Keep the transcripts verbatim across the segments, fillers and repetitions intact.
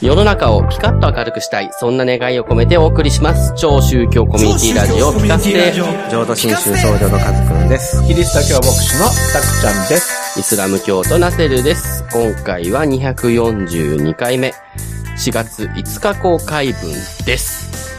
世の中をピカッと明るくしたい、そんな願いを込めてお送りします。超宗教コミュニティラジオピカステ。 浄土真宗僧侶のカズくんです。 キリスト教牧師のタクちゃんです。 イスラム教徒ナセルです。今回はにひゃくよんじゅうにかいめ、しがついつか公開分です。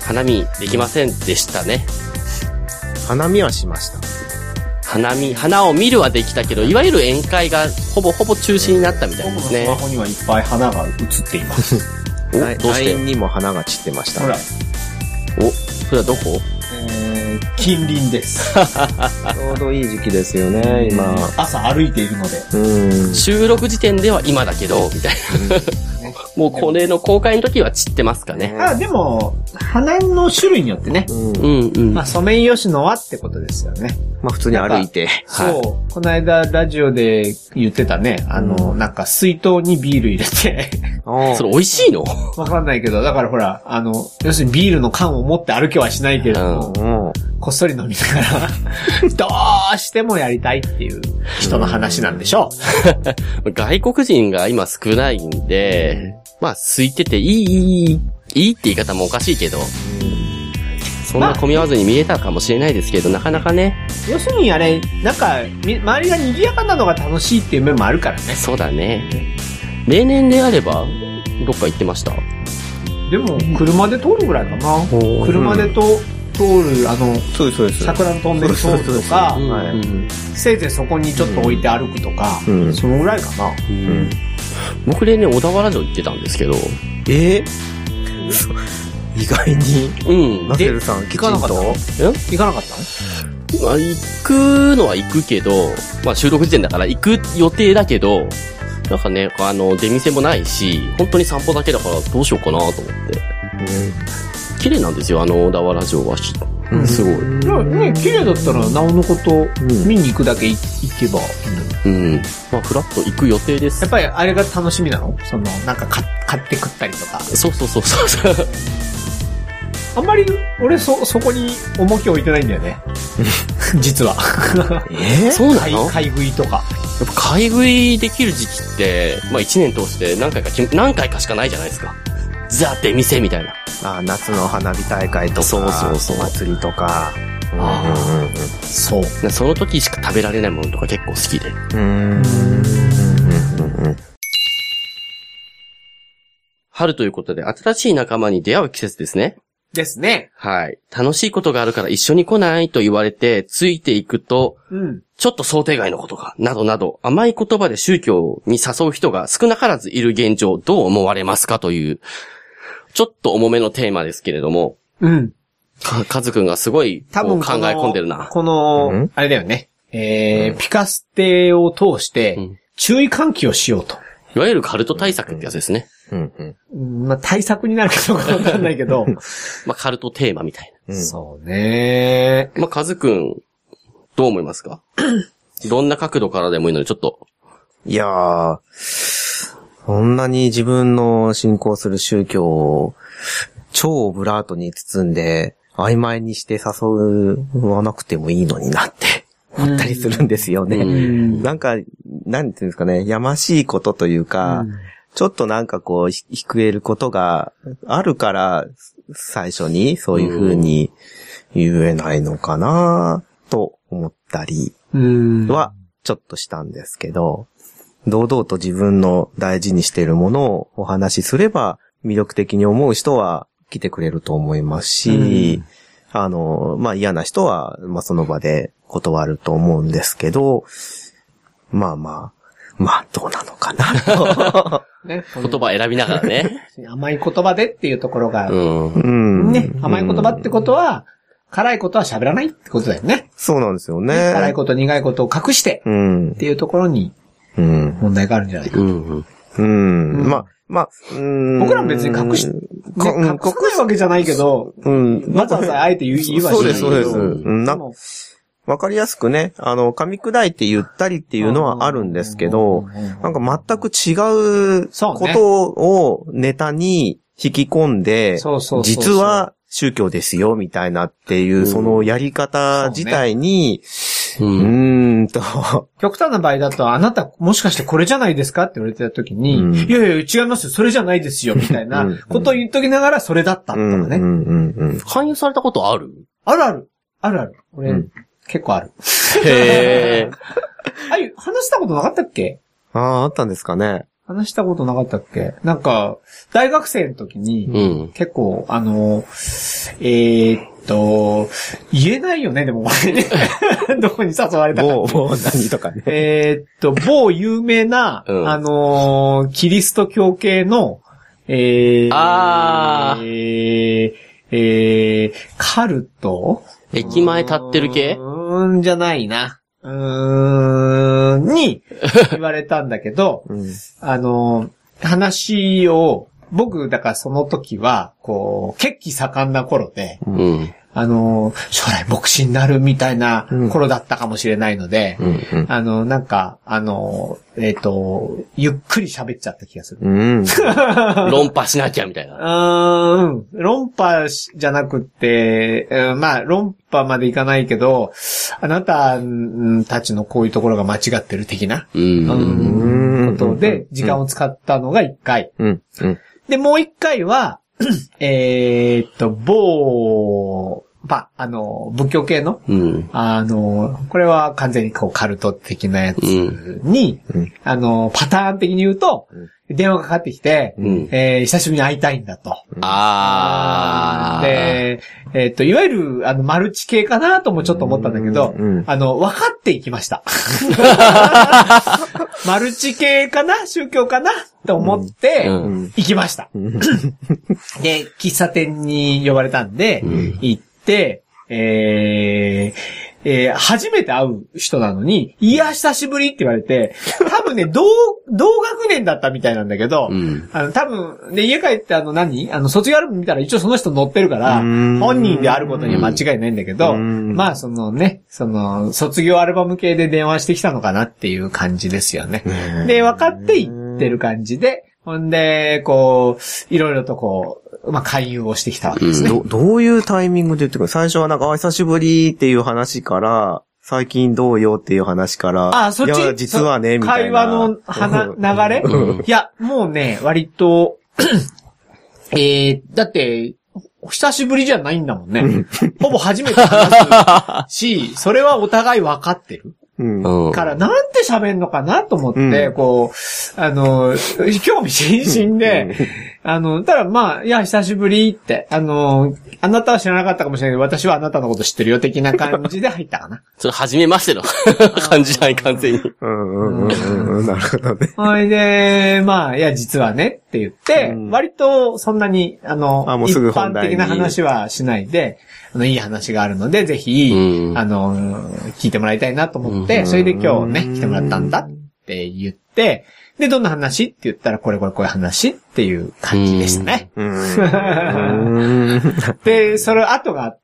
花見できませんでしたね。 花見はしました。 花見、花を見るはできたけど、いわゆる宴会がほぼほぼ中止になったみたいですね。 僕のスマホにはいっぱい花が映っています。 お、どうして？ ライン にも花が散ってました。 ほら。 お、それはどこ？ えー、近隣です。 ちょうどいい時期ですよね、今。 朝歩いているので。 うん。 収録時点では今だけど、みたいな。もうこれの公開の時は散ってますかね。 あ、でも、花の種類によってね。 うん。 うんうん。 まあ、ソメイヨシノはってことですよね。 まあ普通に歩いて。 そう、はい。この間ラジオで言ってたね。あの、うん、なんか水筒にビール入れて。 それ美味しいの？ わかんないけど、だからほら、あの、要するにビールの缶を持って歩けはしないけれども、うん、こっそり飲みながら、どうしてもやりたいっていう人の話なんでしょう。外国人が今少ないんで、まあ空いてていい、いい、いいって言い方もおかしいけど、そんな混み合わずに見えたかもしれないですけど、なかなかね。 要するにあれ、なんか、周りが賑やかなのが楽しいっていう面もあるからね。 そうだね。例年であれば、どっか行ってました？ でも、車で通るぐらいかな。車でと通る、あの、 そうですそうです。 桜のトンネル通るとか、せいぜいそこにちょっと置いて歩くとか、うん、そのぐらいかな。うんうん、 僕例年小田原城行ってたんですけど。 えー意外に。 うん。 ナセルさん、きちんと。 行かなかったの？え？行かなかったの？ まあ、行くのは行くけど、まあ収録時点だから行く予定だけど、なんかね、あの、出店もないし、本当に散歩だけだからどうしようかなと思って。うん、綺麗なんですよ、あの小田原城は。うん、すごい。 いや、ね、綺麗だったら、なおのこと、見に行くだけ行けばいいの。 うん。まあ、フラッと行く予定です。 やっぱりあれが楽しみなの？その、なんか買って食ったりとか。 そうそうそうそう。 あんまり、俺そ、そこに重きを置いてないんだよね。実は。 えー、そうなの？ 買い食いとか。 やっぱ買い食いできる時期って、まあ一年通して何回か、何回かしかないじゃないですか。ザ・出店みたいな。 ああ、夏の花火大会とか。 そうそうそう。 お祭りとか。 うんうんうん、そう。その時しか食べられないものとか結構好きで。うーん。春ということで、新しい仲間に出会う季節ですね。 ですね。 はい。楽しいことがあるから一緒に来ないと言われて、ついていくと、うん、ちょっと想定外のことが、などなど、甘い言葉で宗教に誘う人が少なからずいる現状、どう思われますかという、ちょっと重めのテーマですけれども。 うん。 か、カズくんがすごい考え込んでるな。 この、このあれだよね。えー、うん、ピカステを通して、注意喚起をしようと。 いわゆるカルト対策ってやつですね。 うんうん。 まあ、対策になるかどうかわかんないけど。 まあ、カルトテーマみたいな。うん、そうね。 まあ、カズくん、どう思いますか？どんな角度からでもいいので、ちょっと。 いやー、そんなに自分の信仰する宗教を超オブラートに包んで、曖昧にして誘わなくてもいいのになって思ったりするんですよね。うん、なんか、なんていうんですかね、やましいことというか、うん、ちょっとなんかこう、引くえることがあるから、最初にそういう風に言えないのかなと思ったりはちょっとしたんですけど、堂々と自分の大事にしているものをお話しすれば、魅力的に思う人は来てくれると思いますし、あの、まあ、嫌な人は、まあ、その場で断ると思うんですけど、まあまあ、まあ、どうなのかなと。 ね、言葉選びながらね。 甘い言葉でっていうところが、 うん、 ね、甘い言葉ってことは、辛いことは喋らないってことだよね。 そうなんですよね。 辛いこと苦いことを隠して、っていうところに、問題があるんじゃないかと。 うんうんうん、まあ、まあ、うーん僕らも別に隠し、ね、隠さないわけじゃないけど、うん、わざわざあえて言いはしない。 そうです、そうです。うんなわかりやすくね、あの、噛み砕いて言ったりっていうのはあるんですけど、なんか全く違うことをネタに引き込んで、実は宗教ですよ、みたいなっていう、そのやり方自体に、 うん、うーんと。 極端な場合だと、あなたもしかしてこれじゃないですかって言われてた時に、うん、いやいや違いますよ、それじゃないですよ、みたいなことを言っときながらそれだったとかね。うんうんうんうん、勧誘されたことある？ あるある。あるある。俺、うん、結構ある。 へー。 あゆ、話したことなかったっけ？ ああ、あったんですかね。 話したことなかったっけ？なんか、大学生の時に、うん、結構、あの、えー、っと、言えないよね、でも俺ね。どこに誘われたか。 某、某何とかね。 えー、っと、某有名な、うん、あの、キリスト教系の、えー、 あー、 えー、えー、カルト？ 駅前立ってる系？ うーん、じゃないな。うーん、に言われたんだけど、うん、あの、話を、僕、だからその時は、こう、血気盛んな頃で、うん、あの、将来牧師になるみたいな頃だったかもしれないので、うんうん、あの、なんか、あの、えっと、ゆっくり喋っちゃった気がする。うん、 論破しなきゃみたいな。 うーん、論破じゃなくて、うん、まあ、論破までいかないけど、あなたたちのこういうところが間違ってる的な、うん、うん、ことで、時間を使ったのが一回。うんうん、で、もう一回は、えーっと、某、ま、あの、仏教系の、うん、あの、これは完全にこうカルト的なやつに、うん、あの、パターン的に言うと、うん、電話がかかってきて、うん、えー、久しぶりに会いたいんだと。 あー。 で、えーっと、いわゆる、あの、マルチ系かなともちょっと思ったんだけど、うん、あの、分かっていきました。マルチ系かな宗教かなと思って、行きました。で、喫茶店に呼ばれたんで、行って、えー、えー、初めて会う人なのに、いや、久しぶりって言われて、多分ね、同、同学年だったみたいなんだけど、うん、あの、多分、で、家帰ってあの何、あの、卒業アルバム見たら一応その人載ってるから、本人であることには間違いないんだけど、まあ、そのね、その、卒業アルバム系で電話してきたのかなっていう感じですよね。で、分かって言ってる感じで、ほんで、こう、いろいろとこう、まあ、勧誘をしてきたわけですね。 ど、どういうタイミングで言ってくる？最初はなんか、あ、久しぶりっていう話から、最近どうよっていう話から、 あ、そっち？ いや、実はね、みたいな。 会話の話、流れ、うん、いや、もうね、割と、えー、だって、久しぶりじゃないんだもんね。ほぼ初めて話すし、それはお互い分かってる。うん、から、なんて喋んのかなと思って、うん、こう、あの、興味津々で、うん、あの、ただまあ、いや、久しぶりって、あの、あなたは知らなかったかもしれないけど、私はあなたのこと知ってるよ、的な感じで入ったかな。 それ、初めましての感じじゃない、完全に。 うんうんうんうん、なるほどね。 それで、まあ、いや、実はねって言って、うん、割とそんなに、あの、あ、一般的な話はしないで、あの、いい話があるので、ぜひ、うん、あの、聞いてもらいたいなと思って、うん、それで今日ね、来てもらったんだって言って、で、どんな話って言ったら、これこれこういう話っていう感じでしたね。うん、で、それ後があって、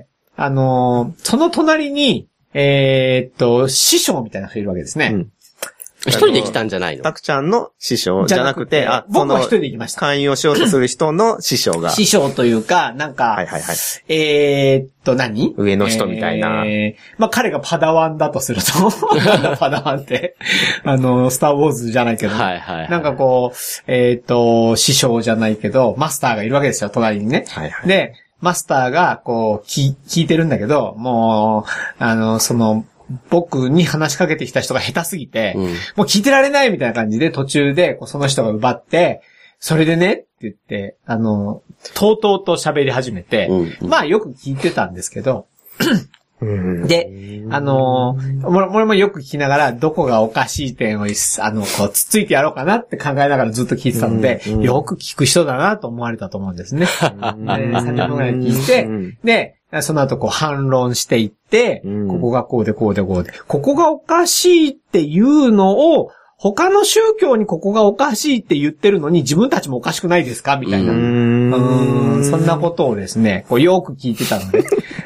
あの、その隣に、えー、っと、師匠みたいな人いるわけですね。うん一人で来たんじゃないの？ たくちゃんの師匠じゃなくて、あ、 僕は一人で行きました。 勧誘をしようとする人の師匠が。 師匠というか、なんか、はいはいはい。えー、っと何、 上の人みたいな。 えー、まあ、彼がパダワンだとすると、パダワンって、あの、スターウォーズじゃないけど、はいはいはい、なんかこう、えー、っと、師匠じゃないけど、マスターがいるわけですよ、隣にね。はいはい、で、マスターが、こう、聞、聞いてるんだけど、もう、あの、その、僕に話しかけてきた人が下手すぎて、うん、もう聞いてられないみたいな感じで途中でその人が奪って、それでねって言って、あの、とうとうと喋り始めて、うん、まあよく聞いてたんですけど、で、あのー、俺もよく聞きながら、どこがおかしい点を、あの、こう、つっついてやろうかなって考えながらずっと聞いてたので、うんうん、よく聞く人だなと思われたと思うんですね。で、さんじゅっぷんくらい聞いて、で、その後こう反論していって、うん、ここがこうでこうでこうで、ここがおかしいっていうのを、他の宗教にここがおかしいって言ってるのに自分たちもおかしくないですかみたいな。うーん、そんなことをですね、こうよく聞いてたので、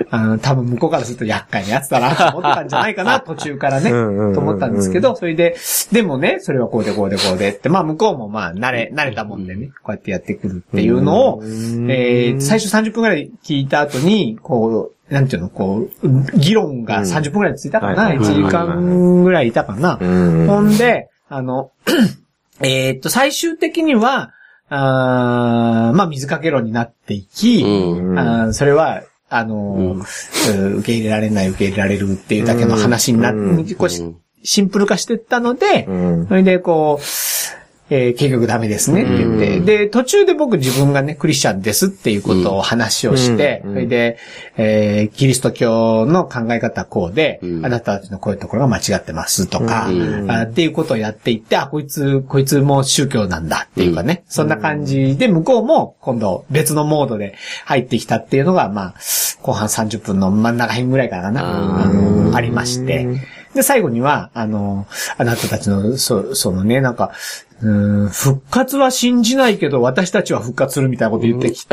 あの、多分向こうからすると厄介なやつだなと思ったんじゃないかな、途中からね、と思ったんですけど、それで、でもね、それはこうでこうでこうでって、まあ向こうもまあ慣れ、慣れたもんでね、こうやってやってくるっていうのを、えー、最初さんじゅっぷんくらい聞いた後に、こう、なんていうの、こう、議論がさんじゅっぷんくらいついたかな、いちじかんぐらいいたかな。ほんで、あの、えっと、最終的には、あまあ水かけ論になっていき、あそれは、あの、うん、受け入れられない、受け入れられるっていうだけの話になって、うん、こうシンプル化していったので、うん、それでこう、えー、結局ダメですねって言って、うん、で、途中で僕自分がね、クリスチャンですっていうことを話をして、うん、それで、えー、キリスト教の考え方はこうで、うん、あなたたちのこういうところが間違ってますとか、うん、あっていうことをやっていって、あ、こいつ、こいつも宗教なんだっていうかね、うん、そんな感じで、向こうも今度別のモードで入ってきたっていうのが、まあ、後半さんじゅっぷんの真ん中辺ぐらいからかな、あの、ありまして、で、最後には、あの、あなたたちの、そ、そのね、なんか、うーん復活は信じないけど、私たちは復活するみたいなこと言ってきて。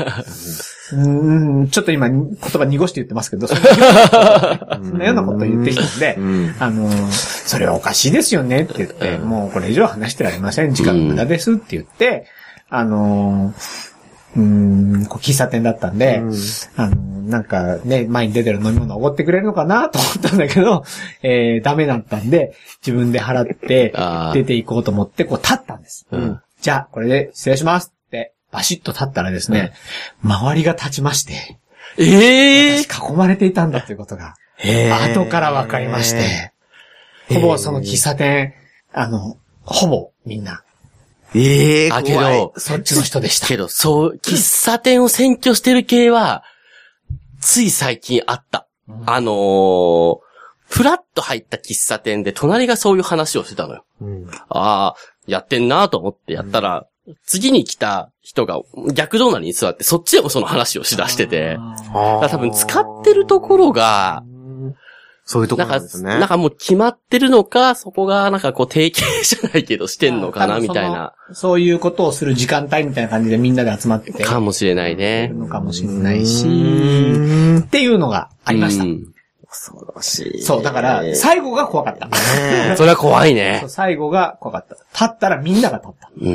うんちょっと今、言葉濁して言ってますけど、そんなようなことを言ってきたんで、あの、それはおかしいですよねって言って、もうこれ以上話してられません。時間の無駄ですって言って、あの、うーん、こう喫茶店だったんで、うん、あの、なんかね、前に出てる飲み物をおごってくれるのかなと思ったんだけど、えー、ダメだったんで、自分で払って出ていこうと思って、こう立ったんです。うん、じゃあ、これで失礼しますって、バシッと立ったらですね、うん、周りが立ちまして、えー、私囲まれていたんだということが、後から分かりまして、ほぼその喫茶店、あの、ほぼみんな、 ええー、あ、けど、 そっちの人でした。 けど、そう、喫茶店を占拠してる系は、つい最近あった。うん、あのー、フラッと入った喫茶店で隣がそういう話をしてたのよ。うん、ああ、やってんなと思ってやったら、うん、次に来た人が逆隣に座って、そっちでもその話をしだしてて、だから多分使ってるところが、 そういうところなんですね。 なんか、なんかもう決まってるのか、そこがなんかこう提携じゃないけどしてんのかな、みたいな。 そういうことをする時間帯みたいな感じでみんなで集まってて。 かもしれないね。 るのかもしれないし、っていうのがありました。 恐ろしい。 そう、だから、最後が怖かった。 それは怖いね。 最後が怖かった。立ったらみんなが立った。うん、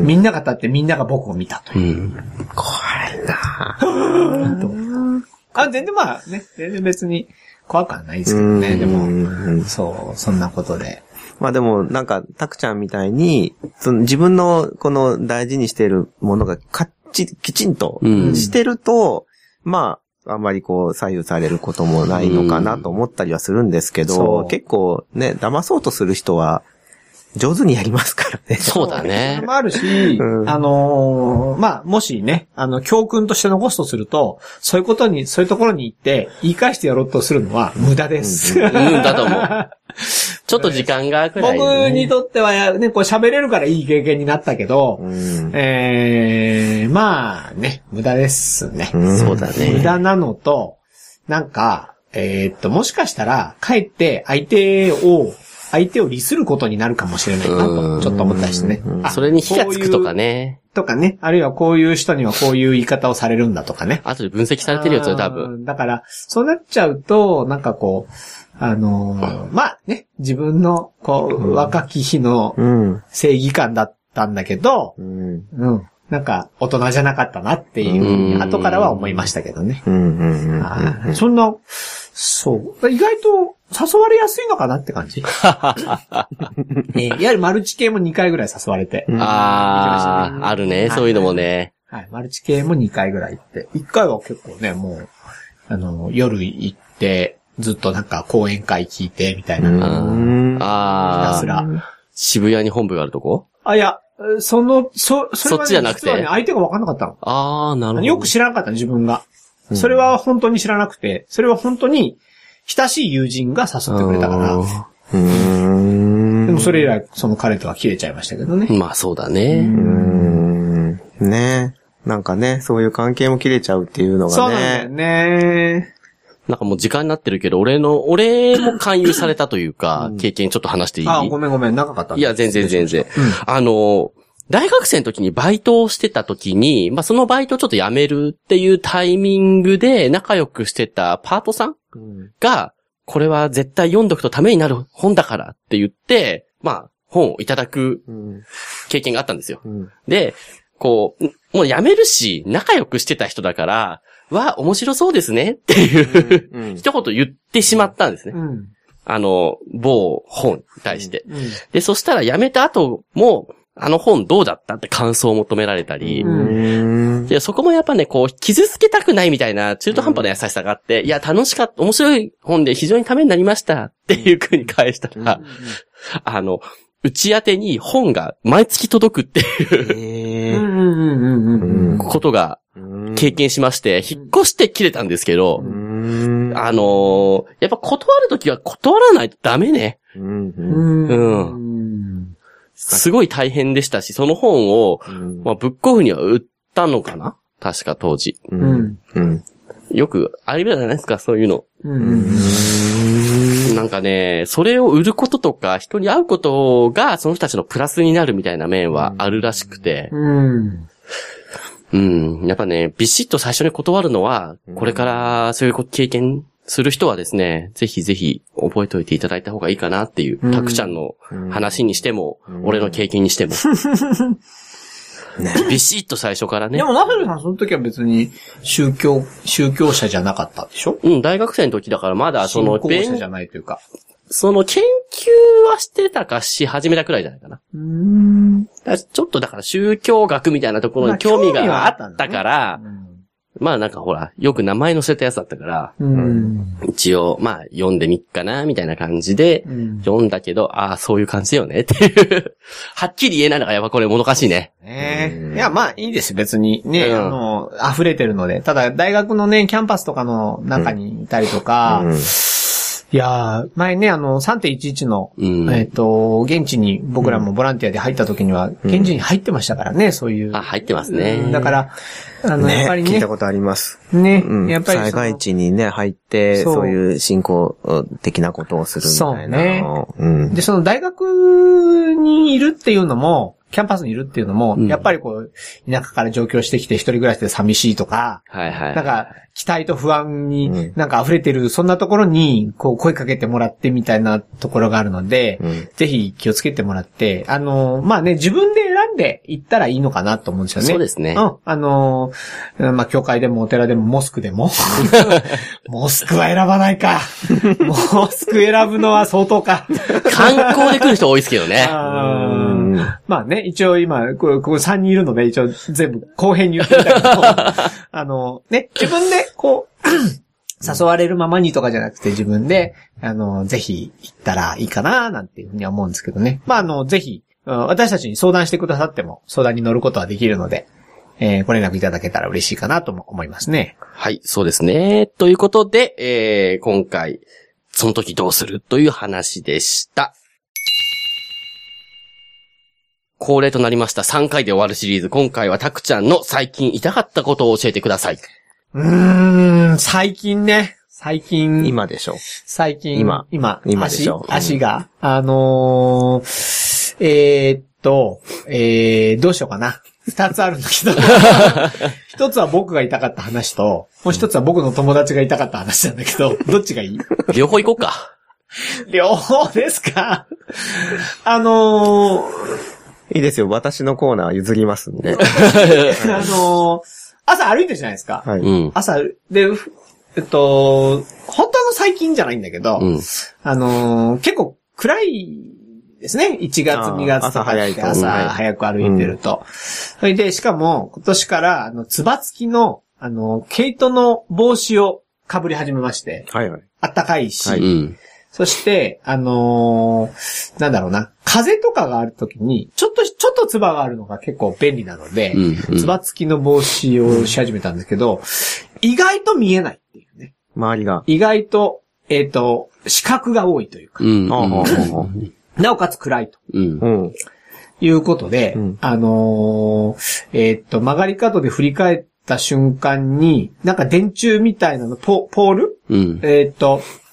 みんなが立ってみんなが僕を見たという。うん、 怖いなあ、全然まあね、全然別に、怖くはないですけどね。でも、そう、そんなことで。 まあでも、なんか、たくちゃんみたいに、その自分のこの大事にしているものがかっち、きちんとしてると、うん、まあ、あんまりこう、左右されることもないのかなと思ったりはするんですけど、うん、結構ね、騙そうとする人は、上手にやりますからね。 そうだね。 それもあるし、うん、あのー、まあ、もしね、あの、教訓として残すとすると、そういうことに、そういうところに行って、言い返してやろうとするのは無駄です。 うん、うん、だと思う。ちょっと時間がくらい、ね。 僕にとってはや、ね、こう喋れるからいい経験になったけど、うん、えー、まあね、無駄ですね。 うん、そうだね。 無駄なのと、なんか、えー、っと、もしかしたら、かえって相手を、相手を利することになるかもしれないなと、ちょっと思ったりしてね。 それに火がつくとかね。 とかね。あるいはこういう人にはこういう言い方をされるんだとかね。 あとで分析されてるよ、それ多分。 だから、そうなっちゃうと、なんかこう、あのー、まあね、自分の、こう、若き日の正義感だったんだけど、うん。うん、なんか、大人じゃなかったなっていうふうに、後からは思いましたけどね。うんうんうん、そんな、そう。意外と誘われやすいのかなって感じ。えー、いわゆるマルチ系もにかいぐらい誘われて。 ああ、ね、あるね、そういうのもね。 はい、マルチ系もにかいぐらい行って。いっかいは結構ね、もう、あの、夜行って、ずっとなんか講演会聞いて、みたいな。 ああ。ひたすら。渋谷に本部があるとこ？ あ、いや、その、そ、 それは、ね、そっちじゃなくて。実はね、相手が分かんなかったの。 ああ、なるほど。 よく知らなかったの、自分が。それは本当に知らなくて、それは本当に親しい友人が誘ってくれたから。うーんでもそれ以来、その彼とは切れちゃいましたけどね。 まあそうだね。うーんねなんかね、そういう関係も切れちゃうっていうのがね。 そうなんだよね。 なんかもう時間になってるけど、俺の、俺も勧誘されたというか、うん、経験ちょっと話していい？ あ、ごめんごめん、長かった。 いや、全然全然。うん、あの、 大学生の時にバイトをしてた時に、まあ、そのバイトをちょっと辞めるっていうタイミングで仲良くしてたパートさんが、これは絶対読んどくとためになる本だからって言って、まあ、本をいただく経験があったんですよ。うん、で、こう、もう辞めるし、仲良くしてた人だから、わ、面白そうですねっていう、うんうん、一言言ってしまったんですね。うん、あの、某本に対して、うんうん。で、そしたら辞めた後も、あの本どうだったって感想を求められたり、うん、でそこもやっぱね、こう、傷つけたくないみたいな中途半端な優しさがあって、うん、いや、楽しかった、面白い本で非常にためになりましたっていう風に返したら、うん、あの、打ち当てに本が毎月届くっていうことが経験しまして、引っ越して切れたんですけど、あのー、やっぱ断るときは断らないとダメね。うんうんすごい大変でしたし、その本を、まあ、ブックオフには売ったのかな確か当時。うんうん、よくありじゃないですか、そういうの。うんなんかね、それを売ることとか、人に会うことが、その人たちのプラスになるみたいな面はあるらしくて。うん。うん。やっぱね、ビシッと最初に断るのは、これからそういう経験する人はですね、ぜひぜひ覚えておいていただいた方がいいかなっていう、たくちゃんの話にしても、俺の経験にしても。ね、ビシッと最初からね。 でも、ナフルさんその時は別に宗教、宗教者じゃなかったでしょ？ うん、大学生の時だからまだその、 信仰者じゃないというか。 その研究はしてたかし始めたくらいじゃないかな。うーんだちょっとだから宗教学みたいなところに興味があったから、まあまあなんかほら、よく名前載せたやつだったから、うん、一応、まあ読んでみっかな、みたいな感じで、うん、読んだけど、ああ、そういう感じだよね、っていう。はっきり言えないのがやっぱこれもどかしいね。 ねえ。いや、まあいいです、別に。ね、うん、あの、溢れてるので。ただ、大学のね、キャンパスとかの中にいたりとか、うんうんいやー、前ね、あの、さんてんいちいち の、うん、えっ、ー、と、現地に僕らもボランティアで入った時には、現地に入ってましたからね、そういう。 あ、入ってますね。 だから、あの、ね、やっぱりね。 聞いたことあります。 ね。 うん、やっぱり。災害地にね、入って、そう、そういう信仰的なことをするみたいな。そうね。 うん。で、その大学にいるっていうのも、キャンパスにいるっていうのも、うん、やっぱりこう、田舎から上京してきて一人暮らしで寂しいとか、はいはい。なんか、期待と不安になんか溢れてる、そんなところに、こう、声かけてもらってみたいなところがあるので、うん、ぜひ気をつけてもらって、あの、まあね、自分で選んで行ったらいいのかなと思うんですよね。 そうですね。 うん。あの、まあ、教会でもお寺でもモスクでも、モスクは選ばないか。モスク選ぶのは相当か。 観光で来る人多いですけどね。 まあね、一応今、ここさんにんいるので、一応全部公平に言ってみたけど、あの、ね、自分でこう、誘われるままにとかじゃなくて自分で、あの、ぜひ行ったらいいかな、なんていうふうには思うんですけどね。まあ、あの、ぜひ、私たちに相談してくださっても相談に乗ることはできるので、えー、ご連絡いただけたら嬉しいかなとも思いますね。 はい、そうですね。ということで、えー、今回、その時どうするという話でした。恒例となりましたさんかいで終わるシリーズ。今回はたくちゃんの最近痛かったことを教えてください。 うーん、最近ね。最近。 今でしょ。 最近。 今。 今。 今でしょ。 足、足が。あのー、えー、っと、えー、どうしようかな。二つあるんだけど。一つは僕が痛かった話と、もう一つは僕の友達が痛かった話なんだけど、どっちがいい？ 両方行こうか。 両方ですか？あのー、 いいですよ。私のコーナー譲りますんで。あのー、朝歩いてるじゃないですか。 はい。 朝、で、えっと、本当の最近じゃないんだけど、うん、あのー、結構暗いですね。いちがつ、にがつとか朝早いと。 朝早く歩いてると。うん、それで、しかも今年から、あの、つば付きの、あの、毛糸の帽子を被り始めまして。 はいはい。 あったかいし。 はいうんそして、あのー、なんだろうな、風とかがあるときに、ちょっと、ちょっとつばがあるのが結構便利なので、うんうん、つば付きの帽子をし始めたんですけど、意外と見えないっていうね。 周りが。 意外と、えっと、視覚が多いというか。うん、なおかつ暗いと。うん、いうことで、うん、あのー、えっと、曲がり角で振り返った瞬間に、なんか電柱みたいなの、ポ、ポール、うん、えっと、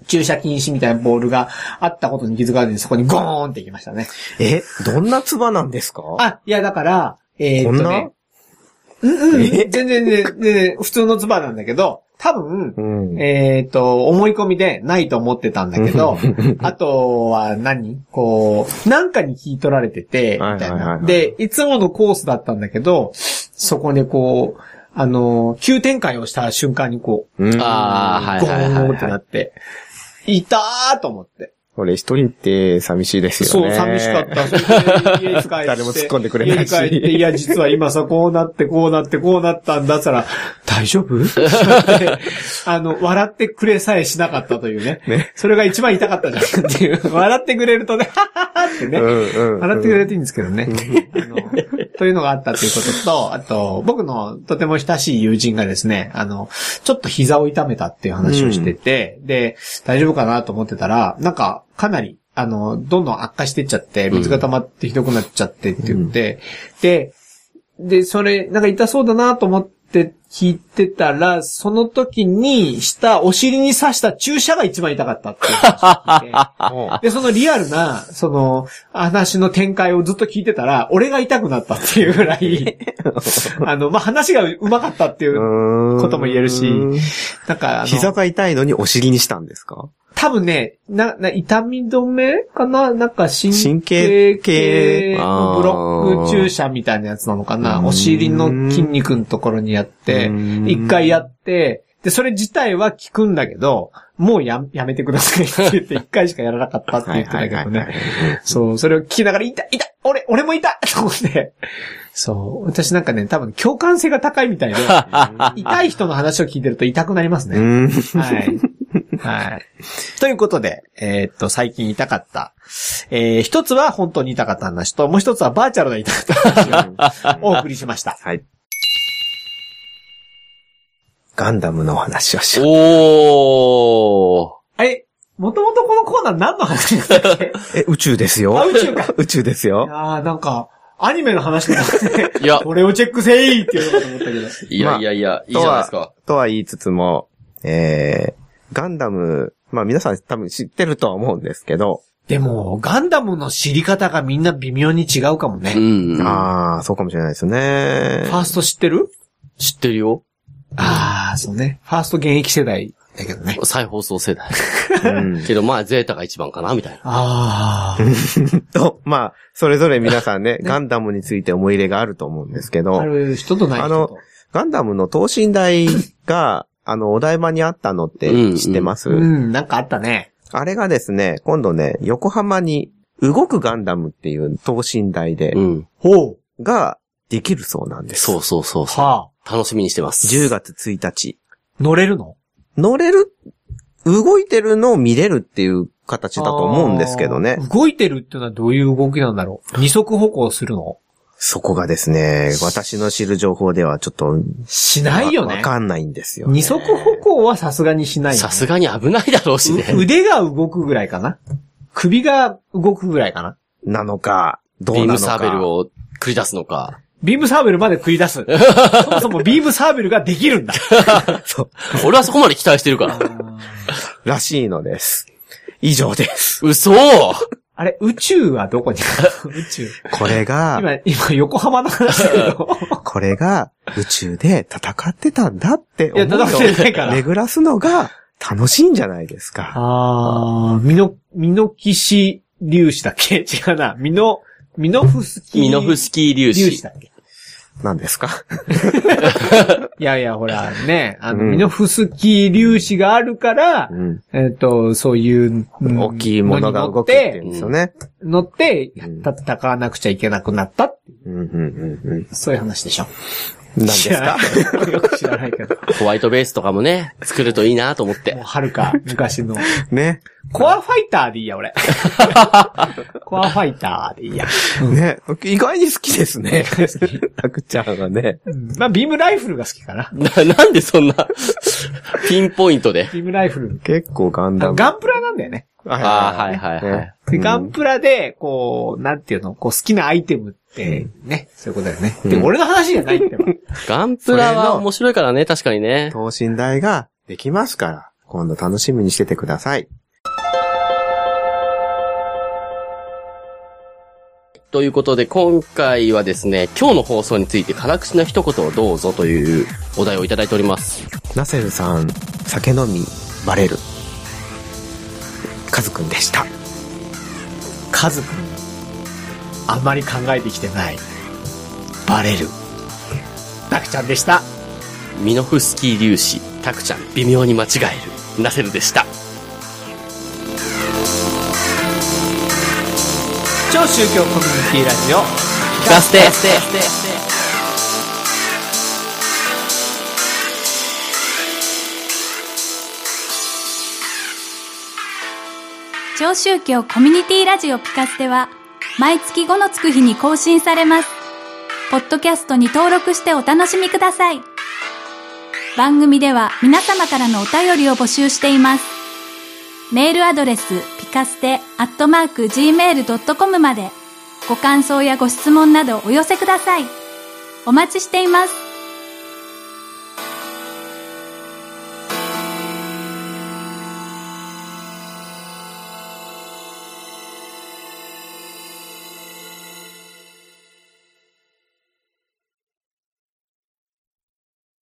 駐車禁止みたいなボールがあったことに気づかずにそこにゴーンって行きましたね。 え、どんなツバなんですか？ あ、いやだから、えー、っとね。こんな？うんうん。全然ね、ね、普通のツバなんだけど、多分、うん、えっ、ー、と、思い込みでないと思ってたんだけど、あとは何こう、なんかに聞い取られてて、みたいな。で、いつものコースだったんだけど、そこでこう、あの、急展開をした瞬間にこう、 ああ、はいゴーンってなって、いたーと思って。 これ一人って寂しいですよね。 そう、寂しかった。それで家に帰って。 誰も突っ込んでくれないし。 家に帰って、いや、実は今さ、こうなって、こうなって、こうなったんだったら、大丈夫あの、笑ってくれさえしなかったというね。ね。それが一番痛かったじゃんっていう。笑ってくれるとね、はははってね。うんうんうん、笑ってくれるといいんですけどね。あのというのがあったということと、あと、僕のとても親しい友人がですね、あの、ちょっと膝を痛めたっていう話をしてて、うん、で、大丈夫かなと思ってたら、なんか、かなり、あの、どんどん悪化してっちゃって、水が溜まってひどくなっちゃってって言って、うん、で、で、それ、なんか痛そうだなと思って聞いてたら、その時にしたお尻に刺した注射が一番痛かったっていう話で、で、そのリアルな、その、話の展開をずっと聞いてたら、俺が痛くなったっていうぐらい、あの、まあ、話が上手かったっていうことも言えるし、なんか、 膝が痛いのにお尻にしたんですか？ 多分ね、な、な、痛み止めかななんか神経系のブロック注射みたいなやつなのかなお尻の筋肉のところにやって、一回やって、で、それ自体は効くんだけど、もうや、やめてくださいって言って一回しかやらなかったって言ってたけどね。そう、それを聞きながら、痛い、痛い、俺、俺も痛いと思って。そう、私なんかね、多分共感性が高いみたいで、痛い人の話を聞いてると痛くなりますね。はい。はい。ということで、えー、っと、最近痛かった。えー、一つは本当に痛かった話と、もう一つはバーチャルな痛かった話をお送りしました。 はい。ガンダムの話をしよう。 おー。え、もともとこのコーナー何の話だったっけ？ え、宇宙ですよ。 あ、宇宙か。 宇宙ですよ。 あー、なんか、アニメの話だね。いや。これをチェックせいっていうのかと思ったけど。 いやいやいや、いいじゃないですか。 とは言いつつも、えー、ガンダム、まあ皆さん多分知ってるとは思うんですけど。 でも、ガンダムの知り方がみんな微妙に違うかもね。 うん。ああ、そうかもしれないですね。 ファースト知ってる？ 知ってるよ。 ああ、そうね。ファースト現役世代だけどね。 再放送世代。うん、けどまあ、ゼータが一番かな、みたいな。 ああ。 と、まあ、それぞれ皆さんね、ねガンダムについて思い入れがあると思うんですけど。 ある人とない人と。あの、 ガンダムの等身大が、あの、お台場にあったのって知ってます？ うん、うん、うん、なんかあったね。 あれがですね、今度ね、横浜に動くガンダムっていう等身大で、うん、 ほう。 ができるそうなんです。 そうそうそうそう。はあ、楽しみにしてます。 じゅうがつついたち。 乗れるの？ 乗れる、動いてるのを見れるっていう形だと思うんですけどね。 動いてるっていうのはどういう動きなんだろう？二足歩行するの？ そこがですね、私の知る情報ではちょっと、 しないよね。 わかんないんですよ、ね。 二足歩行はさすがにしない、ね。 さすがに危ないだろうしね。 腕が動くぐらいかな。首が動くぐらいかな。 なのか、どうなのか。 ビームサーベルを繰り出すのか。 ビームサーベルまで繰り出す。そもそもビームサーベルができるんだ。 そう。俺はそこまで期待してるから。 らしいのです。以上です。 嘘あれ、宇宙はどこにある宇宙。 これが、 今、今横浜の話だけど。 これが宇宙で戦ってたんだって思いを巡らすのが楽しいんじゃないですか。 あー、ミノ、ミノキシ粒子だっけ？違うな。ミノ、ミノフスキー。 ミノフスキー粒子。 粒子だっけ？ 何ですかいやいや、ほら、ね、あの、うん、ミノフスキー粒子があるから、うん、えっと、そういう、 うん、大きいものが動くっていうんですよね。 乗って、戦わなくちゃいけなくなったっていう、 うんうんうんうん、 そういう話でしょ。 何ですかよく知らないけど。 ホワイトベースとかもね、作るといいなと思って。 もうはるか昔の。 ね。 コアファイターでいいや、俺。コアファイターでいいや。 ね。意外に好きですね。タクちゃんはね。 うん、まあ、ビームライフルが好きかな。 な、なんでそんな、ピンポイントで。 ビームライフル。 結構ガンダム。 ガンプラなんだよね。 ああ、はいはいはい。 で、ガンプラで、こう、なんていうの、こう好きなアイテムって、ね、そういうことだよね。で、俺の話じゃないってば。 ガンプラは面白いからね、確かにね。 等身大ができますから、今度楽しみにしててください。 ということで、今回はですね、今日の放送について辛口の一言をどうぞというお題をいただいております。 ナセルさん、酒飲み、バレる。カズくんでした。 カズくん、あまり考えてきてない。バレる。タクちゃんでした。 ミノフスキー粒子、タクちゃん、微妙に間違える。ナセルでした。 超宗教コミュニティラジオ聞かせて。 超宗教コミュニティラジオピカステは毎月ごのつく日に更新されます。ポッドキャストに登録してお楽しみください。番組では皆様からのお便りを募集しています。メールアドレスピカステアットマークジーメールドットコムまでご感想やご質問などお寄せください。お待ちしています。